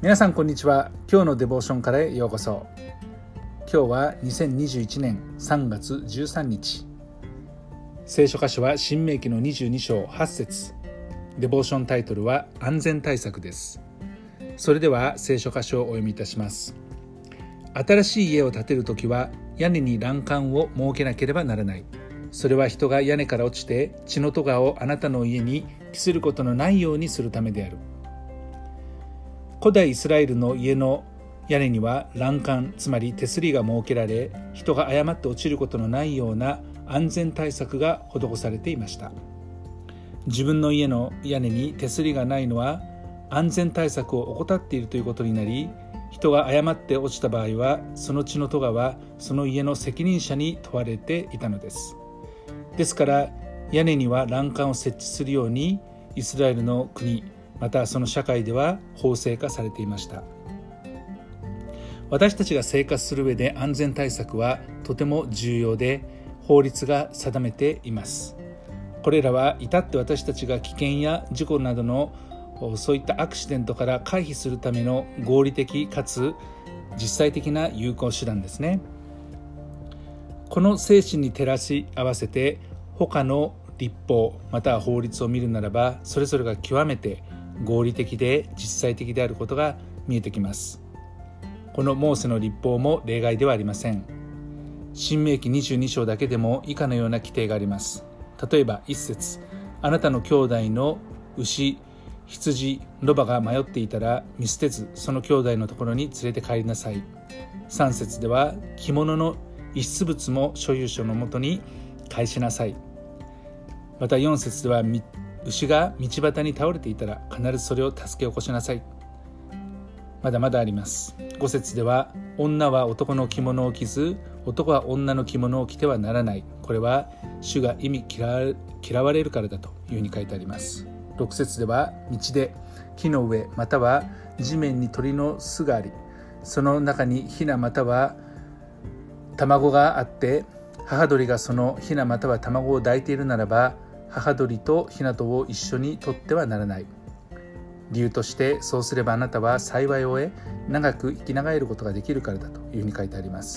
皆さんこんにちは。今日のデボーションからへようこそ。今日は2021年3月13日。聖書箇所は申命記の22章8節。デボーションタイトルは安全対策です。それでは聖書箇所をお読みいたします。新しい家を建てるときは屋根に欄干を設けなければならない。それは人が屋根から落ちて血の咎をあなたの家に帰することのないようにするためである。古代イスラエルの家の屋根には欄干、つまり手すりが設けられ、人が誤って落ちることのないような安全対策が施されていました。自分の家の屋根に手すりがないのは安全対策を怠っているということになり、人が誤って落ちた場合はその血の咎はその家の責任者に問われていたのです。ですから屋根には欄干を設置するようにイスラエルの国、またその社会では法制化されていました。私たちが生活する上で安全対策はとても重要で、法律が定めています。これらは至って私たちが危険や事故などのそういったアクシデントから回避するための合理的かつ実際的な有効手段ですね。この精神に照らし合わせて他の律法または法律を見るならば、それぞれが極めて合理的で実際的であることが見えてきます。このモーセの律法も例外ではありません。申命記22章だけでも以下のような規定があります。例えば1節、あなたの兄弟の牛、羊、ロバが迷っていたら見捨てずその兄弟のところに連れて帰りなさい。3節では着物の遺失物も所有者のもとに返しなさい。また4節では牛が道端に倒れていたら必ずそれを助け起こしなさい。まだまだあります。5節では女は男の着物を着ず男は女の着物を着てはならない。これは主が忌み嫌われるからだというふうに書いてあります。6節では道で木の上または地面に鳥の巣があり、その中にヒナまたは卵があって母鳥がそのヒナまたは卵を抱いているならば母鳥とヒナとを一緒に取ってはならない。理由として、そうすればあなたは幸いを得長く生き長えることができるからだというふうに書いてあります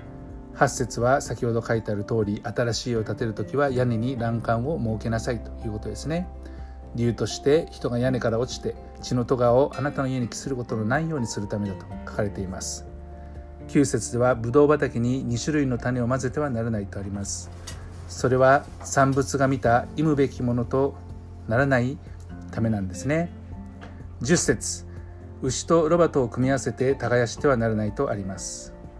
。8節は先ほど書いてある通り、新しい家を建てるときは屋根に欄干を設けなさいということですね。理由として、人が屋根から落ちて血の咎をあなたの家に帰することのないようにするためだと書かれています。9節ではブドウ畑に2種類の種を混ぜてはならないとあります。それは産物が見た忌むべきものとならないためなんですね。10節、牛とロバとを組み合わせて耕してはならないとあります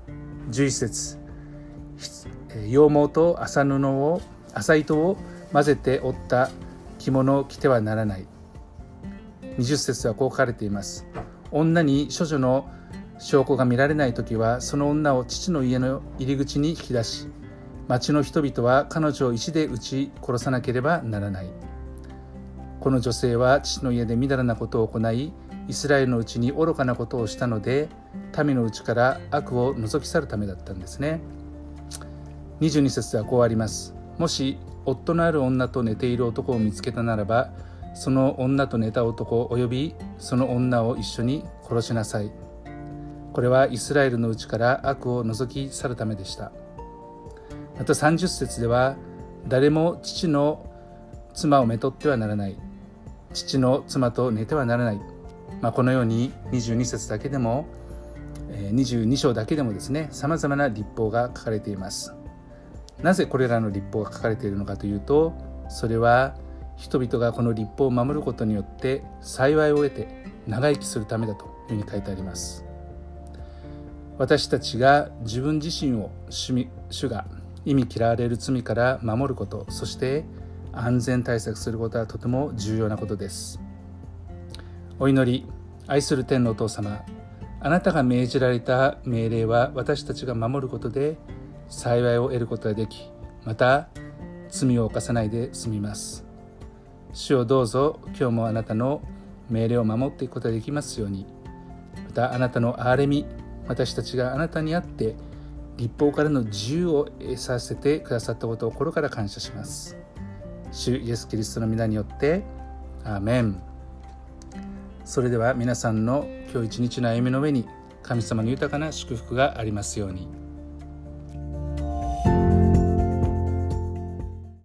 。11節、羊毛と麻糸を混ぜて織った着物を着てはならない。20節はこう書かれています。女に処女の証拠が見られないときはその女を父の家の入り口に引き出し、町の人々は彼女を石で撃ち殺さなければならない。この女性は父の家でみだらなことを行い、イスラエルのうちに愚かなことをしたので、民のうちから悪を除き去るためだったんですね。22節ではこうあります。もし夫のある女と寝ている男を見つけたならば、その女と寝た男およびその女を一緒に殺しなさい。これはイスラエルのうちから悪を除き去るためでした。また30節では、誰も父の妻をめとってはならない。父の妻と寝てはならない。このように22節だけでも、22章だけでもですね、様々な律法が書かれています。なぜこれらの律法が書かれているのかというと、それは人々がこの律法を守ることによって幸いを得て長生きするためだというふうに書いてあります。私たちが自分自身を主が忌み嫌われる罪から守ること、そして安全対策することはとても重要なことです。お祈り。愛する天のお父様、あなたが命じられた命令は私たちが守ることで幸いを得ることができ、また罪を犯さないで済みます。主をどうぞ今日もあなたの命令を守っていくことができますように。またあなたの憐れみ、私たちがあなたにあって律法からの自由を得させてくださったことを心から感謝します。主イエスキリストの皆によってアーメン。 それでは皆さんの今日一日の歩みの上に神様の豊かな祝福がありますように。